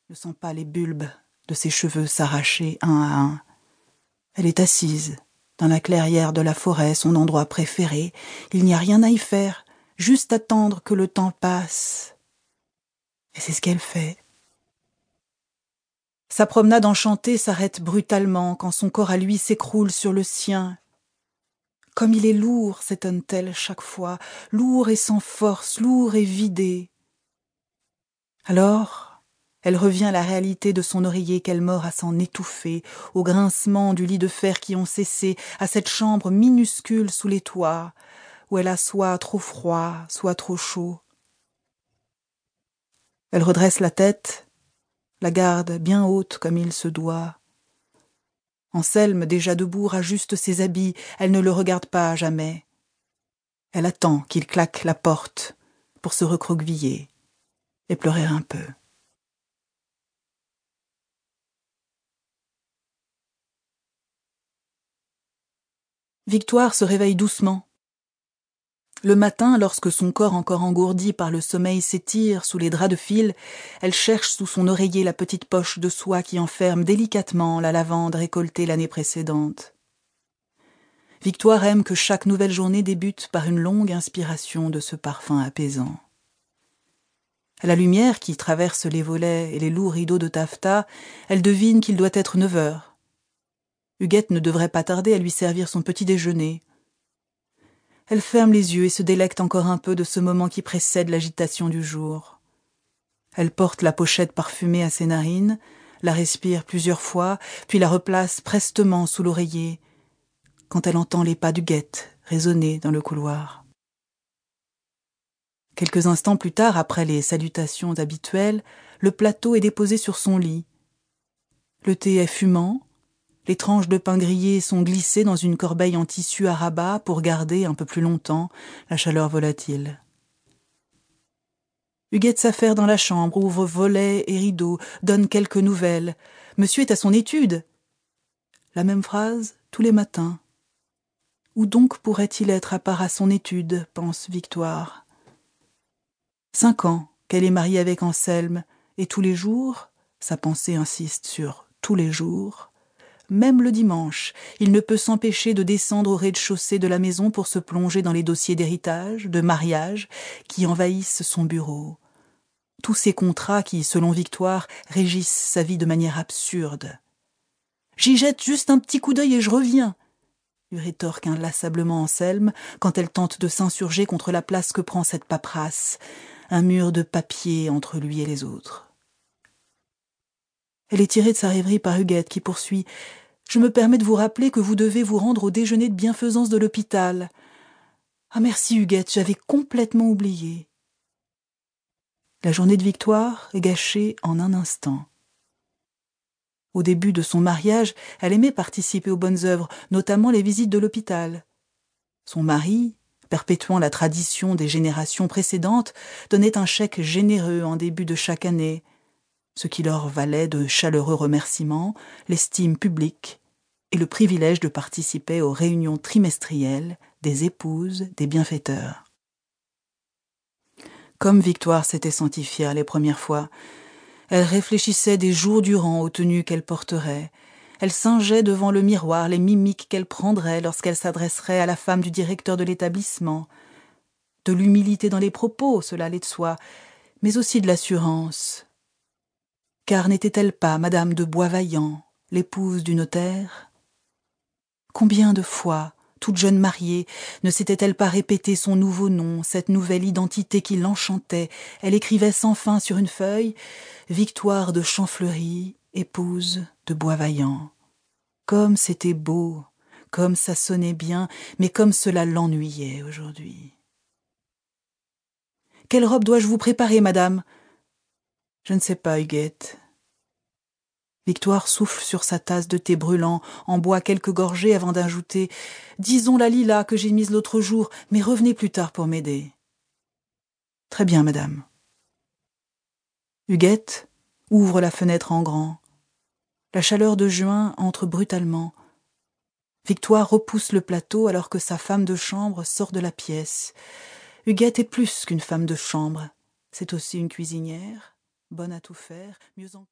ne sent pas les bulbes de ses cheveux s'arracher un à un. Elle est assise, dans la clairière de la forêt, son endroit préféré. Il n'y a rien à y faire, juste attendre que le temps passe. Et c'est ce qu'elle fait. Sa promenade enchantée s'arrête brutalement quand son corps à lui s'écroule sur le sien. Comme il est lourd, s'étonne-t-elle chaque fois, lourd et sans force, lourd et vidé. Alors, elle revient à la réalité de son oreiller qu'elle mord à s'en étouffer, au grincement du lit de fer qui ont cessé, à cette chambre minuscule sous les toits, où elle a soit trop froid, soit trop chaud. Elle redresse la tête, la garde bien haute comme il se doit. Anselme, déjà debout, rajuste ses habits, elle ne le regarde pas jamais. Elle attend qu'il claque la porte pour se recroqueviller et pleurer un peu. Victoire se réveille doucement. Le matin, lorsque son corps encore engourdi par le sommeil s'étire sous les draps de fil, elle cherche sous son oreiller la petite poche de soie qui enferme délicatement la lavande récoltée l'année précédente. Victoire aime que chaque nouvelle journée débute par une longue inspiration de ce parfum apaisant. À la lumière qui traverse les volets et les lourds rideaux de taffetas, elle devine qu'il doit être 9 heures. Huguette ne devrait pas tarder à lui servir son petit déjeuner. Elle ferme les yeux et se délecte encore un peu de ce moment qui précède l'agitation du jour. Elle porte la pochette parfumée à ses narines, la respire plusieurs fois, puis la replace prestement sous l'oreiller, quand elle entend les pas d'Huguette résonner dans le couloir. Quelques instants plus tard, après les salutations habituelles, le plateau est déposé sur son lit. Le thé est fumant, les tranches de pain grillé sont glissées dans une corbeille en tissu à rabat pour garder un peu plus longtemps la chaleur volatile. Huguette s'affaire dans la chambre, ouvre volets et rideaux, donne quelques nouvelles. « Monsieur est à son étude !» La même phrase tous les matins. Où donc pourrait-il être à part à son étude, pense Victoire. 5 ans qu'elle est mariée avec Anselme, et tous les jours, sa pensée insiste sur tous les jours, même le dimanche, il ne peut s'empêcher de descendre au rez-de-chaussée de la maison pour se plonger dans les dossiers d'héritage, de mariage, qui envahissent son bureau. Tous ces contrats qui, selon Victoire, régissent sa vie de manière absurde. « J'y jette juste un petit coup d'œil et je reviens !» lui rétorque inlassablement Anselme quand elle tente de s'insurger contre la place que prend cette paperasse, un mur de papier entre lui et les autres. Elle est tirée de sa rêverie par Huguette qui poursuit « Je me permets de vous rappeler que vous devez vous rendre au déjeuner de bienfaisance de l'hôpital. »« Ah merci Huguette, j'avais complètement oublié. » La journée de Victoire est gâchée en un instant. Au début de son mariage, elle aimait participer aux bonnes œuvres, notamment les visites de l'hôpital. Son mari, perpétuant la tradition des générations précédentes, donnait un chèque généreux en début de chaque année, ce qui leur valait de chaleureux remerciements, l'estime publique et le privilège de participer aux réunions trimestrielles des épouses des bienfaiteurs. Comme Victoire s'était sentie fière les premières fois, elle réfléchissait des jours durant aux tenues qu'elle porterait. Elle singeait devant le miroir les mimiques qu'elle prendrait lorsqu'elle s'adresserait à la femme du directeur de l'établissement. De l'humilité dans les propos, cela allait de soi, mais aussi de l'assurance. Car n'était-elle pas Madame de Boisvaillant, l'épouse du notaire ? Combien de fois, toute jeune mariée, ne s'était-elle pas répété son nouveau nom, cette nouvelle identité qui l'enchantait ? Elle écrivait sans fin sur une feuille « Victoire de Champfleury, épouse de Boisvaillant ». Comme c'était beau, comme ça sonnait bien, mais comme cela l'ennuyait aujourd'hui. « Quelle robe dois-je vous préparer, madame ?»« Je ne sais pas, Huguette. » Victoire souffle sur sa tasse de thé brûlant, en boit quelques gorgées avant d'ajouter « Disons la lilas que j'ai mise l'autre jour, mais revenez plus tard pour m'aider. »« Très bien, madame. » Huguette ouvre la fenêtre en grand. La chaleur de juin entre brutalement. Victoire repousse le plateau alors que sa femme de chambre sort de la pièce. Huguette est plus qu'une femme de chambre. C'est aussi une cuisinière, bonne à tout faire, mieux encore.